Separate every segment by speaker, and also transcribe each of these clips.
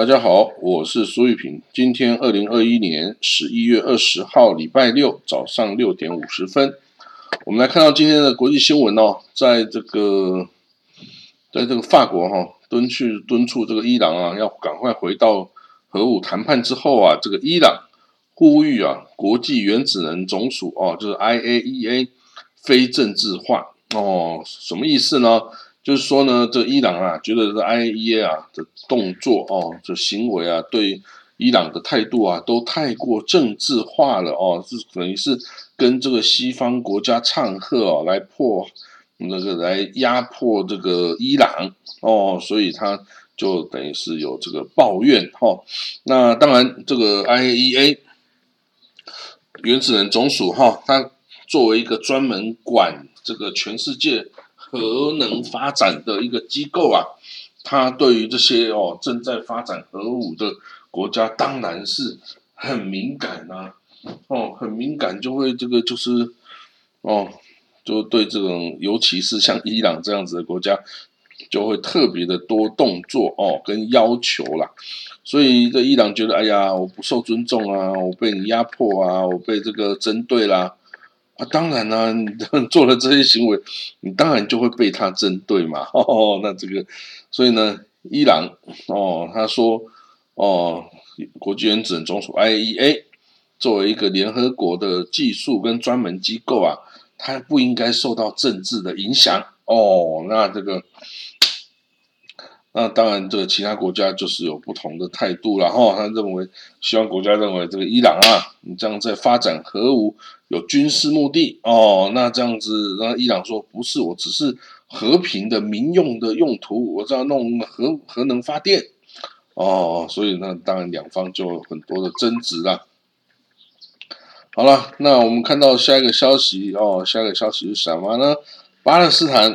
Speaker 1: 大家好，我是苏玉平。今天2021年11月20号，礼拜六早上6点50分，我们来看到今天的国际新闻哦，在这个法国敦促这个伊朗啊，要赶快回到核武谈判之后啊，这个伊朗呼吁啊，国际原子能总署哦，就是 IAEA 非政治化哦，什么意思呢？就是说呢，这伊朗啊，觉得这 IAEA 啊的动作哦，这行为啊，对伊朗的态度啊，都太过政治化了哦，是等于是跟这个西方国家唱和哦，来压迫这个伊朗哦，所以他就等于是有这个抱怨哦。那当然，这个 IAEA 原子能总署它作为一个专门管这个全世界核能发展的一个机构啊，它对于这些正在发展核武的国家，当然是很敏感啊，很敏感，就会就对这种，尤其是像伊朗这样子的国家，就会特别的多动作跟要求啦。所以这伊朗觉得，哎呀，我不受尊重啊，我被你压迫啊，我被这个针对啦。当然啦，你做了这些行为，你当然就会被他针对嘛。那这个，所以呢，伊朗他说国际原子能总署 IAEA 作为一个联合国的技术跟专门机构啊，它不应该受到政治的影响哦。那当然，这个其他国家就是有不同的态度了哈。他认为，西方国家认为这个伊朗啊，你这样在发展核武有军事目的哦。那这样子，那伊朗说不是，我只是和平的民用的用途，我是要弄核能发电哦。所以那当然两方就有很多的争执啦。好了，那我们看到下一个消息下一个消息是什么呢？巴勒斯坦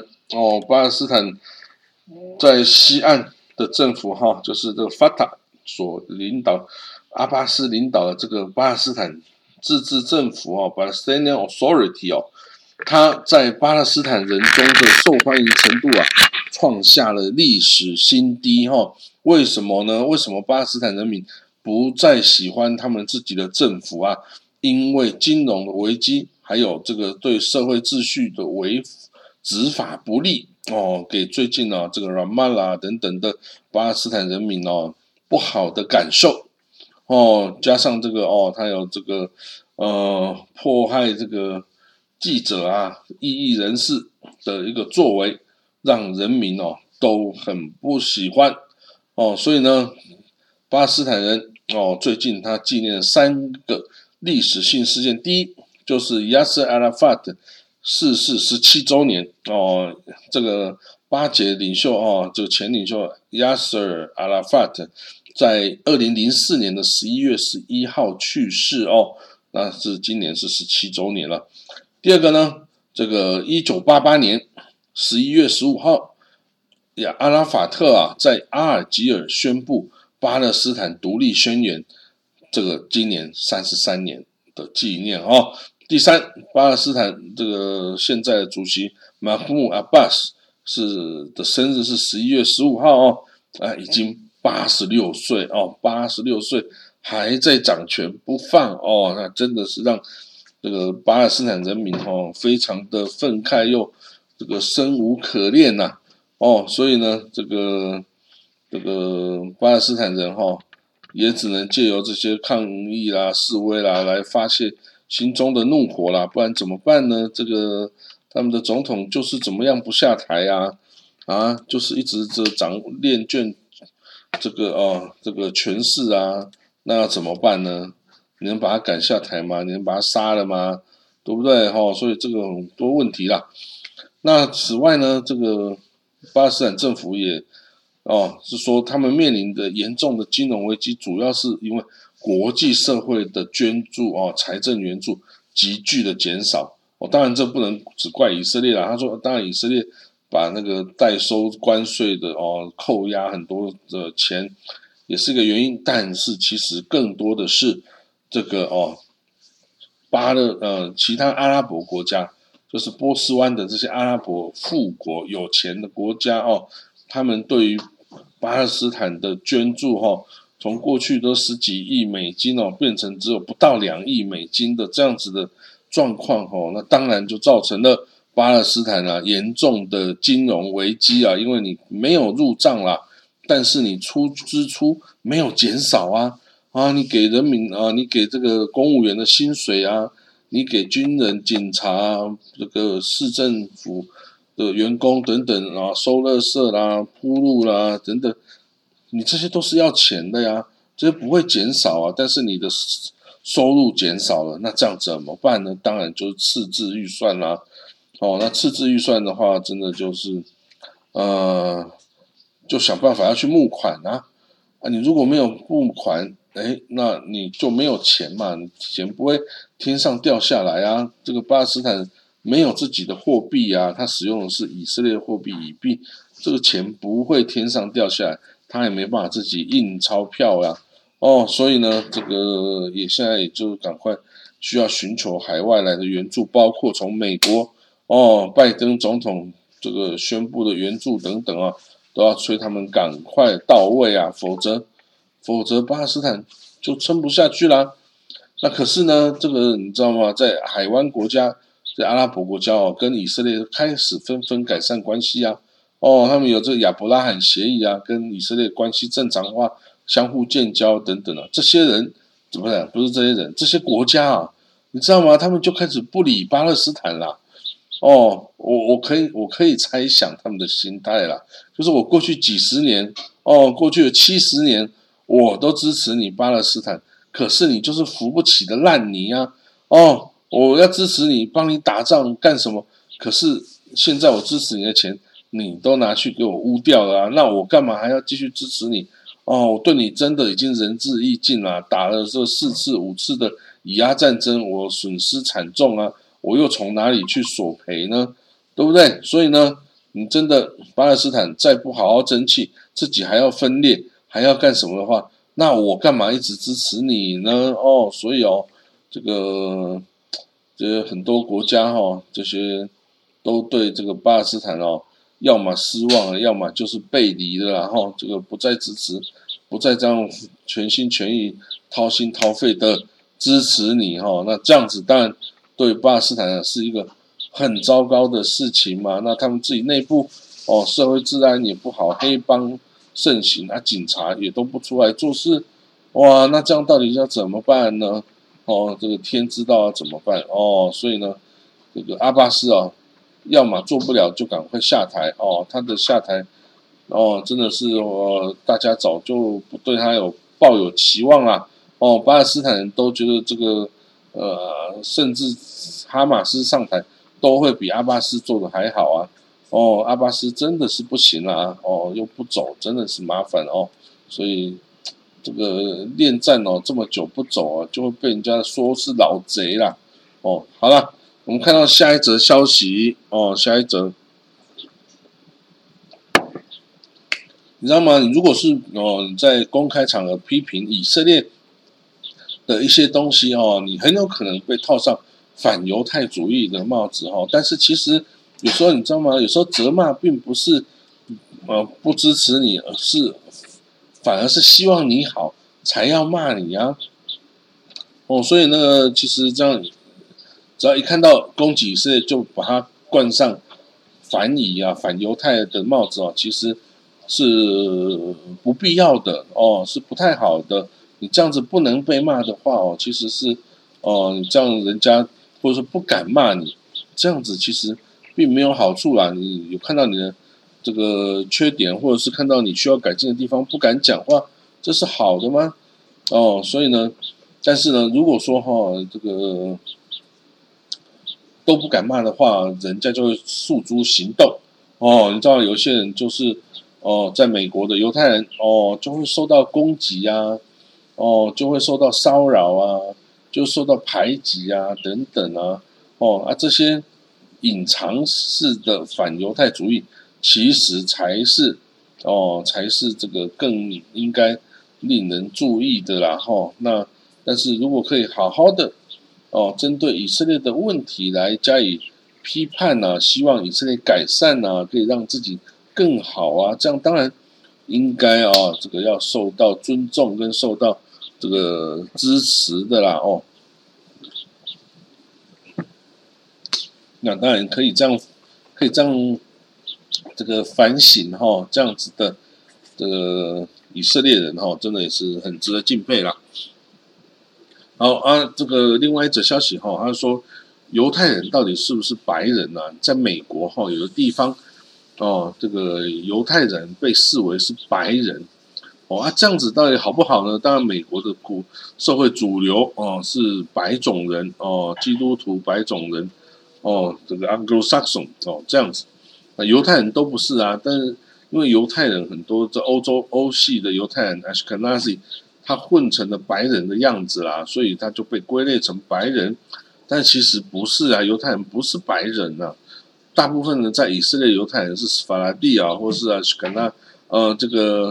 Speaker 1: 在西岸的政府就是这个 Fatah 所领导，阿巴斯领导的这个巴勒斯坦自治政府Palestinian Authority 他在巴勒斯坦人中的受欢迎程度啊，创下了历史新低为什么呢？为什么巴勒斯坦人民不再喜欢他们自己的政府啊？因为金融的危机，还有这个对社会秩序的执法不力给最近这个 Ramallah 等等的巴勒斯坦人民不好的感受加上这个他有这个迫害这个记者啊、异议人士的一个作为，让人民都很不喜欢所以呢，巴勒斯坦人最近他纪念了3个历史性事件，第一就是 Yasser Arafat 逝世17周年这个巴解领袖这个前领袖 Yasser Arafat 在2004年的11月11号去世那是今年是17周年了。第二个呢，这个1988年11月15号，阿拉法特在阿尔及尔宣布巴勒斯坦独立宣言，这个今年33年的纪念第三，巴勒斯坦这个现在的主席马夫穆阿巴斯的生日是11月15号已经86岁86岁还在掌权不放那真的是让这个巴勒斯坦人民非常的愤慨又这个生无可恋呐所以呢，这个巴勒斯坦人也只能借由这些抗议啦、示威啦来发泄心中的怒火啦，不然怎么办呢？这个他们的总统就是怎么样不下台就是一直练眷这个权势那要怎么办呢？你能把他赶下台吗？你能把他杀了吗？对不对所以这个很多问题啦。那此外呢，这个巴勒斯坦政府也是说他们面临的严重的金融危机，主要是因为国际社会的捐助财政援助急剧的减少当然这不能只怪以色列啦。他说，当然以色列把那个代收关税的扣押很多的钱也是一个原因，但是其实更多的是这个其他阿拉伯国家，就是波斯湾的这些阿拉伯富国有钱的国家他们对于巴勒斯坦的捐助从过去都10几亿美金变成只有不到2亿美金的这样子的状况那当然就造成了巴勒斯坦严重的金融危机因为你没有入账啦，但是你支出没有减少你给人民你给这个公务员的薪水你给军人、警察这个市政府的员工等等收垃圾啦、铺路啦等等，你这些都是要钱的呀，这些不会减少但是你的收入减少了，那这样怎么办呢？当然就是赤字预算啦。那赤字预算的话，真的就是就想办法要去募款你如果没有募款，那你就没有钱嘛，钱不会天上掉下来这个巴勒斯坦没有自己的货币他使用的是以色列货币以币，这个钱不会天上掉下来，他也没办法自己印钞票所以呢，这个现在也就赶快需要寻求海外来的援助，包括从美国拜登总统这个宣布的援助等等都要催他们赶快到位否则巴勒斯坦就撑不下去啦。那可是呢，这个你知道吗？在海湾国家，在阿拉伯国家跟以色列开始纷纷改善关系他们有这个亚伯拉罕协议跟以色列关系正常化，相互建交等等这些人怎么讲？不是这些人，这些国家你知道吗？他们就开始不理巴勒斯坦啦。我可以猜想他们的心态啦，就是我过去几十年过去的70年，我都支持你巴勒斯坦，可是你就是扶不起的烂泥我要支持你，帮你打仗干什么？可是现在我支持你的钱，你都拿去给我污掉了那我干嘛还要继续支持你？我对你真的已经仁至义尽了，打了这4次5次的以压战争，我损失惨重我又从哪里去索赔呢？对不对？所以呢，你真的巴勒斯坦再不好好争气，自己还要分裂，还要干什么的话，那我干嘛一直支持你呢？所以这很多国家这些都对这个巴勒斯坦要么失望了，要么就是背离了这个不再支持，不再这样全心全意掏心掏肺的支持你那这样子当然对巴勒斯坦是一个很糟糕的事情嘛。那他们自己内部社会治安也不好，黑帮盛行警察也都不出来做事，哇，那这样到底要怎么办呢？这个天知道要怎么办所以呢，这个阿巴斯要么做不了就赶快下台他的下台真的是大家早就不对他抱有期望啦巴勒斯坦人都觉得这个甚至哈马斯上台都会比阿巴斯做的还好阿巴斯真的是不行啦又不走，真的是麻烦所以这个恋战这么久不走就会被人家说是老贼啦好了，我们看到下一则消息下一则，你知道吗？你如果是你在公开场合批评以色列的一些东西你很有可能被套上反犹太主义的帽子但是其实有时候你知道吗？有时候责骂并不是不支持你，反而是希望你好才要骂你所以那个其实这样，只要一看到攻击以色列，就把它冠上反以反犹太的帽子其实是不必要的是不太好的。你这样子不能被骂的话其实是你这样人家或者说不敢骂你，这样子其实并没有好处啦。你有看到你的这个缺点，或者是看到你需要改进的地方不敢讲话，这是好的吗？所以呢，但是呢，如果说这个都不敢骂的话，人家就会诉诸行动你知道有些人就是在美国的犹太人就会受到攻击就会受到骚扰就受到排挤等等这些隐藏式的反犹太主义，其实才是这个更应该令人注意的啦那但是如果可以好好的针对以色列的问题来加以批判希望以色列改善可以让自己更好这样当然应该这个要受到尊重跟受到这个支持的啦那当然可以这样这个反省这样子的这个以色列人真的也是很值得敬佩啦。好这个另外一则消息他说犹太人到底是不是白人啊？在美国有的地方这个犹太人被视为是白人这样子到底好不好呢？当然，美国的社会主流是白种人基督徒白种人这个 Anglo-Saxon 这样子，犹太人都不是啊。但是因为犹太人很多，这欧系的犹太人 Ashkenazi， 他混成了白人的样子啦，所以他就被归类成白人。但其实不是啊，犹太人不是白人啊。大部分呢，在以色列犹太人是斯法拉蒂啊，或是Ashkenaz这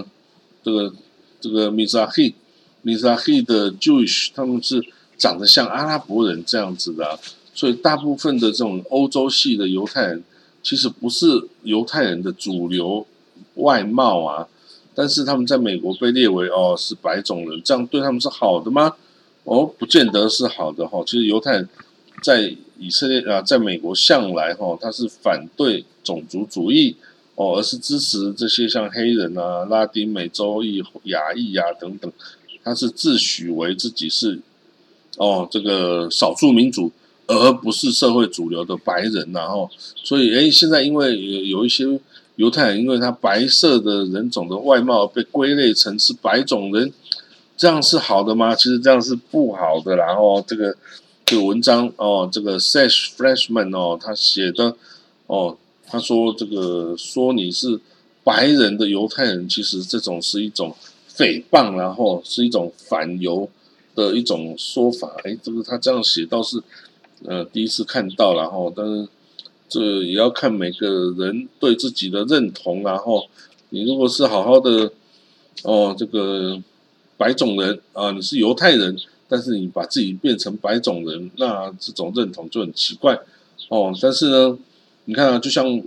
Speaker 1: 个米扎希的 Jewish， 他们是长得像阿拉伯人这样子的所以大部分的这种欧洲系的犹太人，其实不是犹太人的主流外貌啊，但是他们在美国被列为是白种人，这样对他们是好的吗？不见得是好的其实犹太人在以色列在美国向来他是反对种族主义而是支持这些像黑人啊、拉丁美洲裔、亚裔啊等等，他是自诩为自己是这个少数民族，而不是社会主流的白人所以现在因为有一些犹太人，因为他白色的人种的外貌被归类成是白种人，这样是好的吗？其实这样是不好的啦这个文章这个 Sash Freshman 他写的他说这个说你是白人的犹太人，其实这种是一种诽谤，然后是一种反犹的一种说法。这个他这样写倒是第一次看到，然后但是这也要看每个人对自己的认同，然后你如果是好好的这个白种人你是犹太人，但是你把自己变成白种人，那这种认同就很奇怪但是呢，你看就像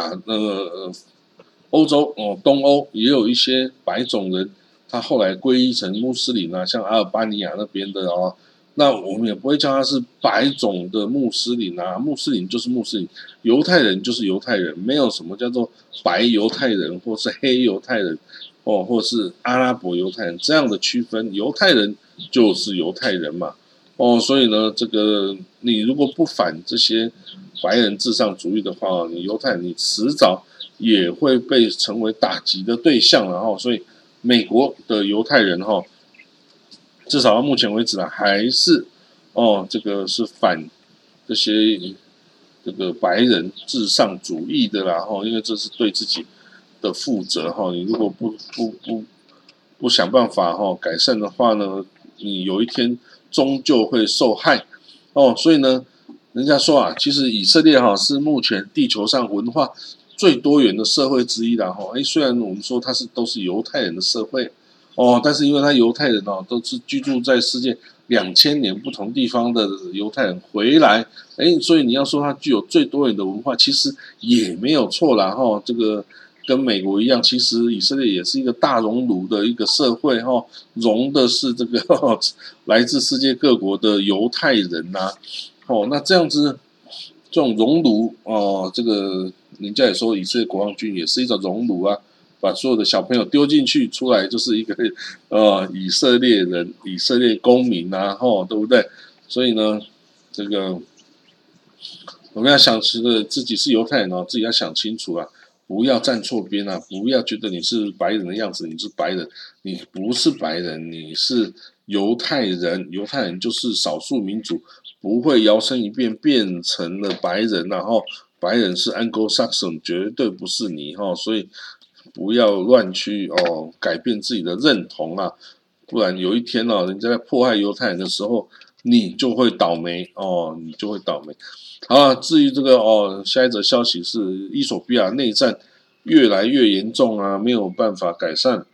Speaker 1: 欧洲东欧也有一些白种人，他后来皈依成穆斯林像阿尔巴尼亚那边的那我们也不会叫他是白种的穆斯林穆斯林就是穆斯林，犹太人就是犹太人，没有什么叫做白犹太人或是黑犹太人或是阿拉伯犹太人这样的区分，犹太人就是犹太人嘛所以呢，这个你如果不反这些白人至上主义的话，你犹太人你迟早也会被成为打击的对象所以美国的犹太人至少到目前为止还是这个是反这些这个白人至上主义的啦因为这是对自己的负责你如果不想办法改善的话呢，你有一天终究会受害所以呢，人家说其实以色列是目前地球上文化最多元的社会之一啦虽然我们说它都是犹太人的社会但是因为他犹太人都是居住在世界2000年不同地方的犹太人回来所以你要说它具有最多元的文化，其实也没有错啦这个跟美国一样，其实以色列也是一个大熔炉的一个社会融的是这个来自世界各国的犹太人那这样子这种熔炉这个人家也说以色列国防军也是一种熔炉把所有的小朋友丢进去，出来就是一个以色列人、以色列公民对不对？所以呢，这个我们要想自己是犹太人自己要想清楚不要站错边不要觉得你是白人的样子，你是白人，你不是白人，你是犹太人，犹太人就是少数民族，不会摇身一变成了白人白人是 Anglo-Saxon， 绝对不是你所以不要乱去改变自己的认同不然有一天人家在迫害犹太人的时候，你就会倒霉你就会倒霉。好至于这个下一则消息是伊索比亚内战越来越严重没有办法改善。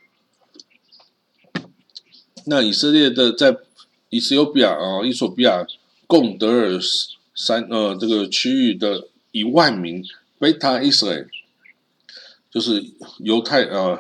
Speaker 1: 那以色列的在伊索比亚贡德尔这个区域的1万名贝塔以色列就是犹太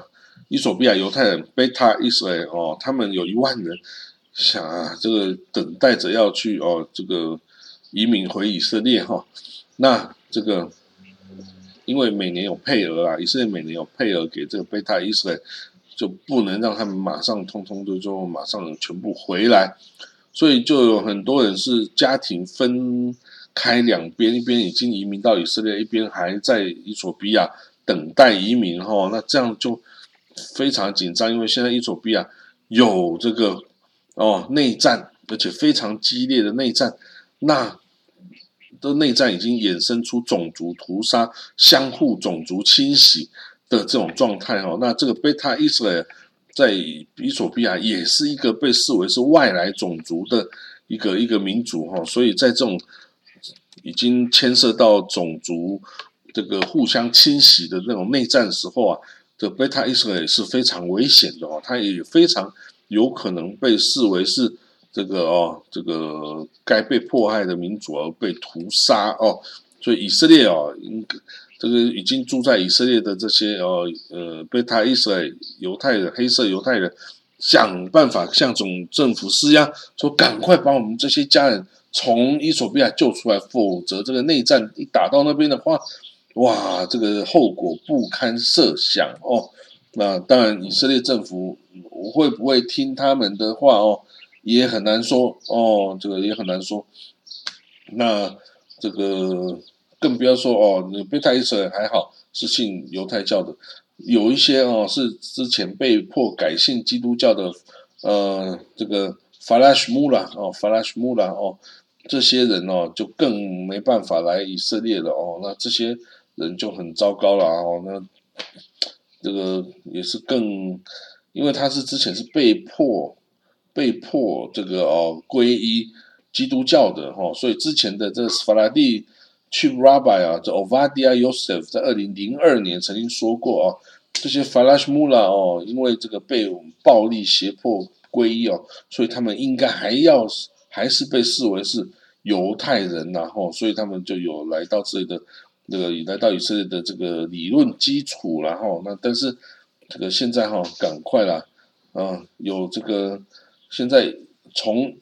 Speaker 1: 伊索比亚犹太人 Beta Israel 哦，他们有1万人，想啊，这个等待着要去这个移民回以色列哈。那这个因为每年有配额啊，以色列每年有配额给这个 Beta Israel， 就不能让他们马上通通就马上全部回来，所以就有很多人是家庭分开两边，一边已经移民到以色列，一边还在伊索比亚等待移民哈。那这样就非常紧张，因为现在伊索比亚有这个内战，而且非常激烈的内战，那的内战已经衍生出种族屠杀、相互种族清洗的这种状态哈。那这个贝塔以色列在伊索比亚也是一个被视为是外来种族的一个民族哈，所以在这种已经牵涉到种族这个互相清洗的那种内战时候啊，这贝塔以色列是非常危险的哦，它也非常有可能被视为是这个该被迫害的民族而被屠杀哦，所以以色列这个已经住在以色列的这些贝塔以色列犹太人、黑色犹太人，想办法向总政府施压，说赶快把我们这些家人从伊索比亚救出来，否则这个内战一打到那边的话，哇，这个后果不堪设想哦。那当然，以色列政府会不会听他们的话哦，也很难说哦，这个也很难说。那这个更不要说贝塔以色列还好是信犹太教的，有一些是之前被迫改信基督教的，这个法拉什穆拉这些人就更没办法来以色列了哦，那这些人就很糟糕了哦，那这个也是更，因为他是之前是被迫这个皈依基督教的所以之前的这个法拉第 Chief Rabbi 啊，这 Ovadia Yosef 在2002年曾经说过这些法拉什穆拉因为这个被暴力胁迫皈依所以他们应该还是被视为是犹太人所以他们就有来到这里的来到以色列的这个理论基础然后那但是这个现在赶快啦有这个现在从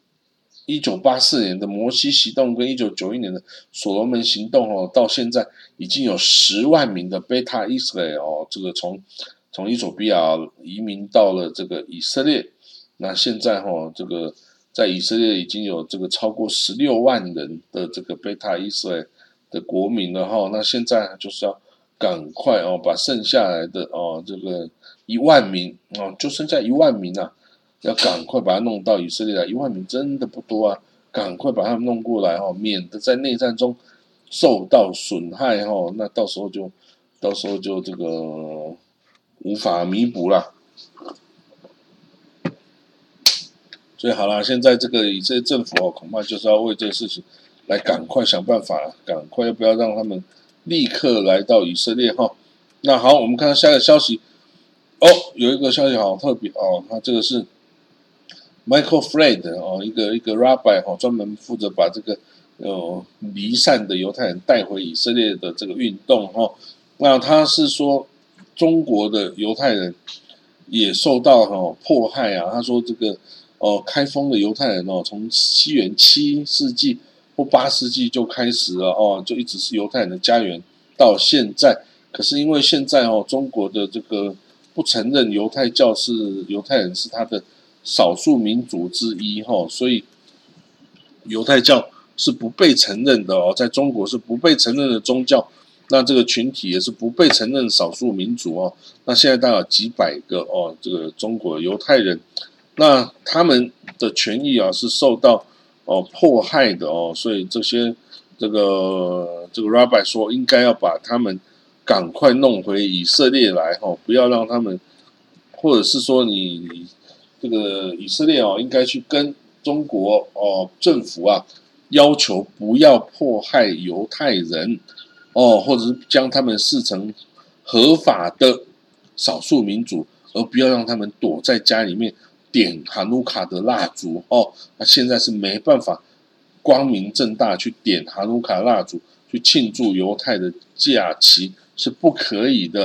Speaker 1: 1984年的摩西行动跟1991年的所罗门行动到现在已经有10万名的贝塔以色列这个从伊索比亚移民到了这个以色列，那现在这个在以色列已经有这个超过16万人的这个贝塔以色列的国民了那现在就是要赶快把剩下来的这个1万名就剩下1万名啊，要赶快把它弄到以色列来，1万名真的不多啊，赶快把他们弄过来免得在内战中受到损害那到时候就这个无法弥补了。所以好啦，现在这个以色列政府恐怕就是要为这个事情来赶快想办法，赶快要不要让他们立刻来到以色列那好，我们看到下一个消息有一个消息好特别那这个是 Michael Fried 一个 Rabbi 专门负责把这个离散的犹太人带回以色列的这个运动那他是说中国的犹太人也受到迫害他说这个开封的犹太人从西元7世纪或8世纪就开始了就一直是犹太人的家园到现在，可是因为现在中国的这个不承认犹太教是犹太人是他的少数民族之一所以犹太教是不被承认的在中国是不被承认的宗教，那这个群体也是不被承认的少数民族那现在大概有几百个这个中国犹太人，那他们的权益是受到迫害的所以这个 Rabbi 说应该要把他们赶快弄回以色列来不要让他们，或者是说你这个以色列应该去跟中国政府要求不要迫害犹太人或者是将他们视成合法的少数民族，而不要让他们躲在家里面点哈努卡的蜡烛那现在是没办法光明正大去点哈努卡蜡烛去庆祝犹太的假期是不可以的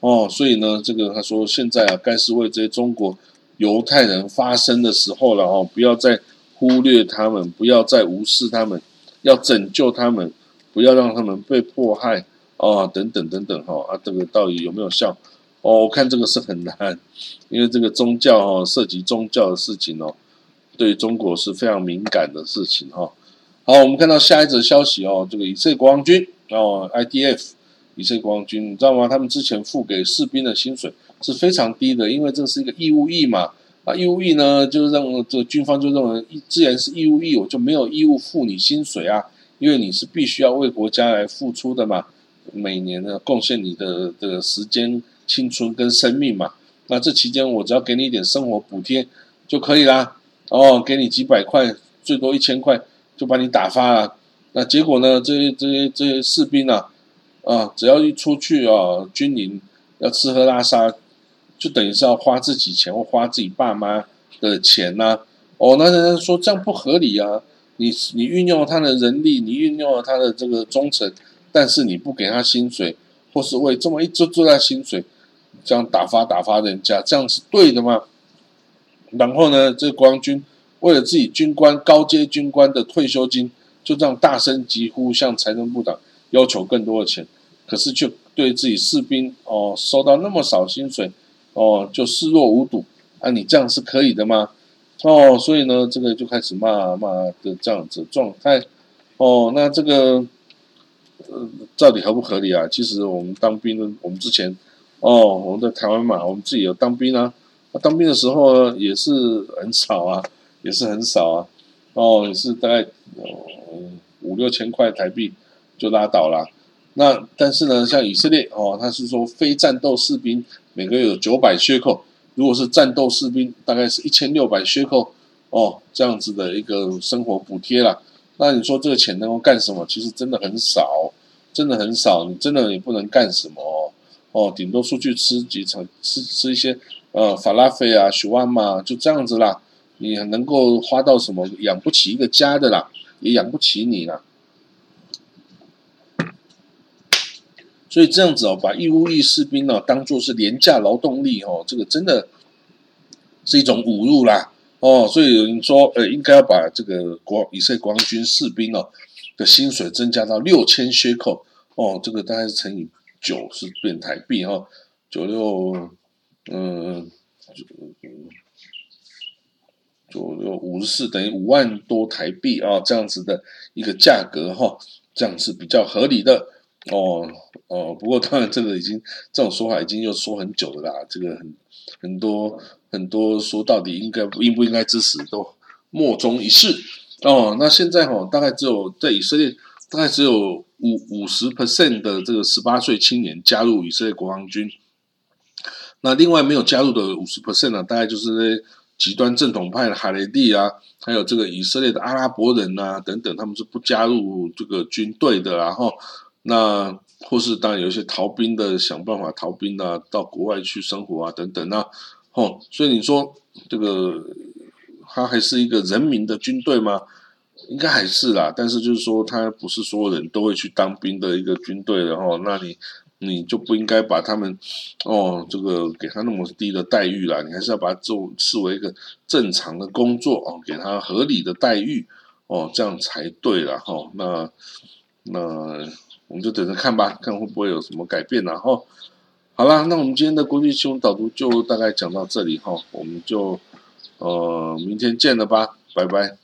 Speaker 1: 所以呢，这个他说现在啊，该是为这些中国犹太人发声的时候了不要再忽略他们，不要再无视他们，要拯救他们，不要让他们被迫害等等等等这个到底有没有效？我看这个是很难，因为这个宗教涉及宗教的事情对中国是非常敏感的事情好，我们看到下一则消息这个以色列国防军IDF 以色列国防军，你知道吗？他们之前付给士兵的薪水是非常低的，因为这是一个义务役嘛。义务役呢，就是让这个军方就认为，既然是义务役，我就没有义务付你薪水啊，因为你是必须要为国家来付出的嘛，每年呢贡献你的这个时间、青春跟生命嘛。那这期间我只要给你一点生活补贴就可以啦，给你几百块，最多1000块就把你打发了。那结果呢，这些士兵只要一出去军营要吃喝拉撒，就等于是要花自己钱或花自己爸妈的钱那人家说这样不合理啊！你运用了他的人力，你运用了他的这个忠诚，但是你不给他薪水，或是为这么一做他薪水，这样打发人家，这样是对的吗？然后呢，这个国防军为了自己高阶军官的退休金，就这样大声疾呼，向财政部长要求更多的钱，可是却对自己士兵收到那么少薪水就视若无睹你这样是可以的吗？所以呢，这个就开始骂的这样子状态那这个到底合不合理啊？其实我们当兵的，我们之前我们在台湾嘛，我们自己有当兵当兵的时候也是很少也是很少也是大概5-6千块台币就拉倒了。那但是呢，像以色列他是说非战斗士兵每个月有900缺口，如果是战斗士兵大概是1600缺口这样子的一个生活补贴啦。那你说这个钱能够干什么？其实真的很少，真的很少，你真的也不能干什么顶多出去吃一些法拉菲许万嘛，就这样子啦。你能够花到什么？养不起一个家的啦，也养不起你啦。所以这样子把义务役士兵当作是廉价劳动力这个真的是一种侮辱啦所以有人说应该要把这个以色列国防军士兵的薪水增加到6000缺口这个大概是乘以9是变台币9654等于5万多台币这样子的一个价格这样是比较合理的不过当然这个这种说法已经又说很久了啦，这个很多说到底应不应该支持都莫衷一是那现在大概只有在以色列大概只有50% 的这个18岁青年加入以色列国防军，那另外没有加入的50% 大概就是那些极端正统派的哈雷蒂还有这个以色列的阿拉伯人等等，他们是不加入这个军队的那或是当然有一些逃兵的，想办法逃兵到国外去生活等等所以你说这个他还是一个人民的军队吗？应该还是啦，但是就是说他不是所有人都会去当兵的一个军队的那你就不应该把他们这个给他那么低的待遇啦，你还是要把它视为一个正常的工作给他合理的待遇这样才对啦那我们就等着看吧，看会不会有什么改变啦好啦，那我们今天的国际新闻导读就大概讲到这里我们就明天见了吧，拜拜。